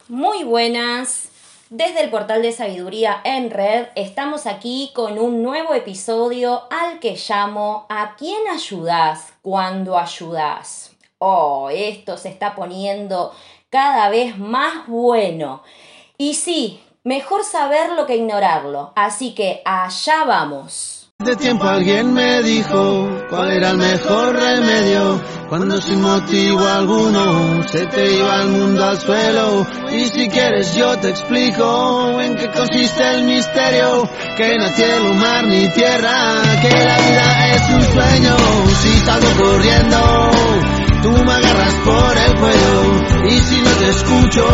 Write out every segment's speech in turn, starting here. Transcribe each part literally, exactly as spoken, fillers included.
Muy buenas. Desde el portal de Sabiduría en Red estamos aquí con un nuevo episodio al que llamo ¿A quién ayudás cuando ayudás? Oh, esto se está poniendo cada vez más bueno. Y sí, mejor saberlo que ignorarlo. Así que allá vamos. De tiempo alguien me dijo cuál era el mejor remedio cuando sin motivo alguno se te iba el mundo al suelo. Y si quieres yo te explico en qué consiste el misterio, que no hay cielo, mar ni tierra, que la vida es un sueño. Si salgo corriendo, tú me agarras por el cuello, y si no te escucho,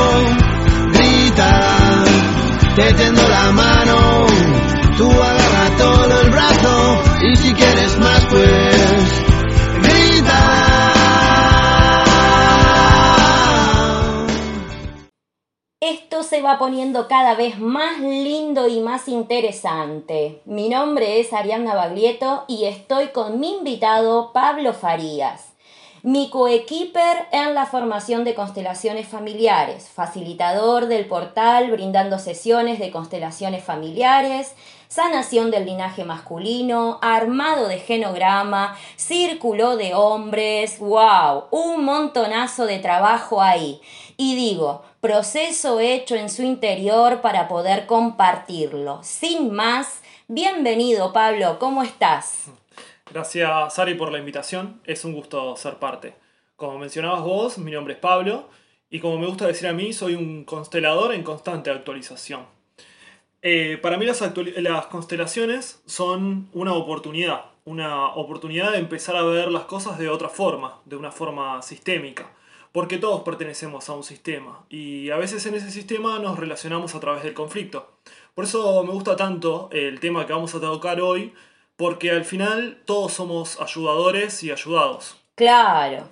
grita, te tiendo la mano. Tú agarra todo el brazo y si quieres más pues grita. Esto se va poniendo cada vez más lindo y más interesante. Mi nombre es Ariadna Baglietto y estoy con mi invitado Pablo Farías, mi coequiper en la formación de constelaciones familiares, facilitador del portal brindando sesiones de constelaciones familiares, sanación del linaje masculino, armado de genograma, círculo de hombres, wow, un montonazo de trabajo ahí. Y digo, proceso hecho en su interior para poder compartirlo. Sin más, bienvenido Pablo, ¿cómo estás? Gracias, Sari, por la invitación. Es un gusto ser parte. Como mencionabas vos, mi nombre es Pablo y como me gusta decir a mí, soy un constelador en constante actualización. Eh, para mí las, actuali- las constelaciones son una oportunidad, una oportunidad de empezar a ver las cosas de otra forma, de una forma sistémica, porque todos pertenecemos a un sistema y a veces en ese sistema nos relacionamos a través del conflicto. Por eso me gusta tanto el tema que vamos a tocar hoy, porque al final todos somos ayudadores y ayudados. Claro,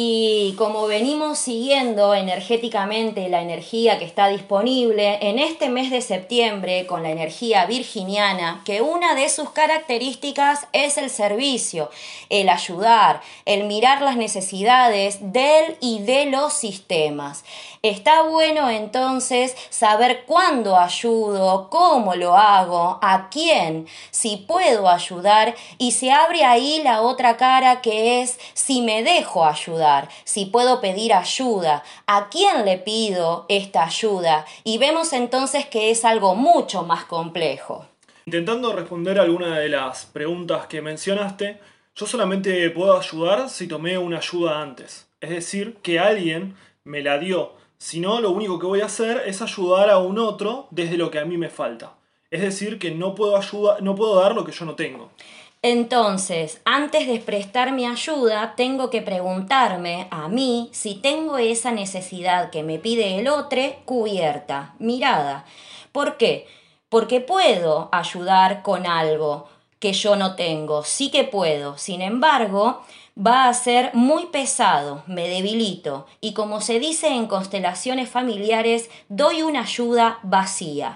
y como venimos siguiendo energéticamente la energía que está disponible en este mes de septiembre con la energía virginiana, que una de sus características es el servicio, el ayudar, el mirar las necesidades del y de los sistemas. Está bueno entonces saber cuándo ayudo, cómo lo hago, a quién, si puedo ayudar, y se abre ahí la otra cara que es si me dejo ayudar, si puedo pedir ayuda, a quién le pido esta ayuda, y vemos entonces que es algo mucho más complejo. Intentando responder alguna de las preguntas que mencionaste, yo solamente puedo ayudar si tomé una ayuda antes. Es decir, que alguien me la dio. Si no, lo único que voy a hacer es ayudar a un otro desde lo que a mí me falta. Es decir, que no puedo, ayuda, no puedo dar lo que yo no tengo. Entonces, antes de prestar mi ayuda, tengo que preguntarme a mí si tengo esa necesidad que me pide el otro cubierta, mirada. ¿Por qué? Porque puedo ayudar con algo que yo no tengo, sí que puedo. Sin embargo, va a ser muy pesado, me debilito y como se dice en constelaciones familiares, doy una ayuda vacía.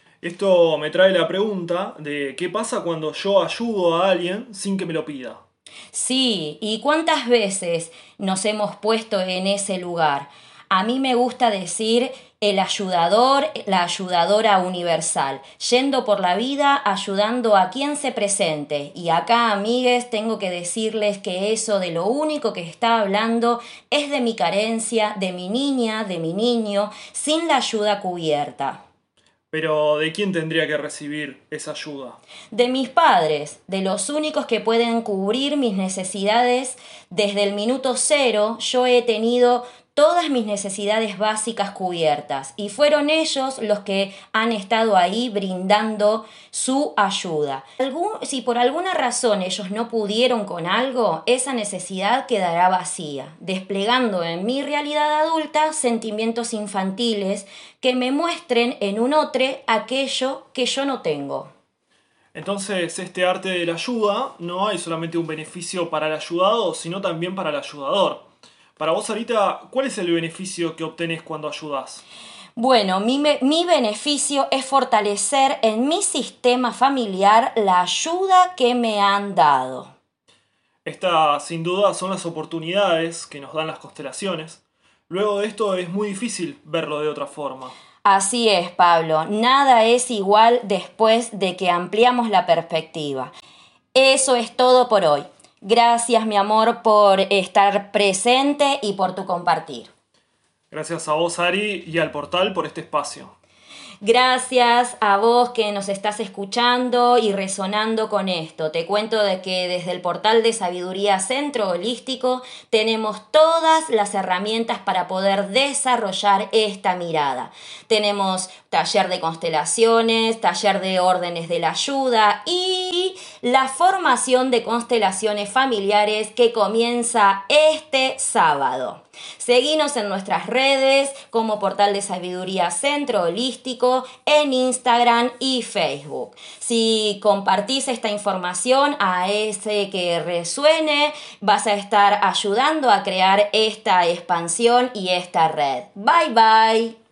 Esto me trae la pregunta de qué pasa cuando yo ayudo a alguien sin que me lo pida. Sí, ¿y cuántas veces nos hemos puesto en ese lugar? A mí me gusta decir el ayudador, la ayudadora universal, yendo por la vida ayudando a quien se presente. Y acá, amigues, tengo que decirles que eso de lo único que está hablando es de mi carencia, de mi niña, de mi niño, sin la ayuda cubierta. Pero ¿de quién tendría que recibir esa ayuda? De mis padres, de los únicos que pueden cubrir mis necesidades. Desde el minuto cero yo he tenido todas mis necesidades básicas cubiertas y fueron ellos los que han estado ahí brindando su ayuda. Algún, si por alguna razón ellos no pudieron con algo, esa necesidad quedará vacía, desplegando en mi realidad adulta sentimientos infantiles que me muestren en un otro aquello que yo no tengo. Entonces, este arte de la ayuda no hay solamente un beneficio para el ayudado, sino también para el ayudador. Para vos, Sarita, ¿cuál es el beneficio que obtenés cuando ayudás? Bueno, mi, mi beneficio es fortalecer en mi sistema familiar la ayuda que me han dado. Estas, sin duda, son las oportunidades que nos dan las constelaciones Luego de esto es muy difícil verlo de otra forma. Así es, Pablo. Nada es igual después de que ampliamos la perspectiva. Eso es todo por hoy. Gracias, mi amor, por estar presente y por tu compartir. Gracias a vos, Ari, y al portal por este espacio. Gracias a vos que nos estás escuchando y resonando con esto. Te cuento de que desde el portal de Sabiduría Centro Holístico tenemos todas las herramientas para poder desarrollar esta mirada. Tenemos taller de constelaciones, taller de órdenes de la ayuda y la formación de constelaciones familiares que comienza este sábado. Seguinos en nuestras redes como Portal de Sabiduría Centro Holístico en Instagram y Facebook. Si compartís esta información a ese que resuene, vas a estar ayudando a crear esta expansión y esta red. Bye bye.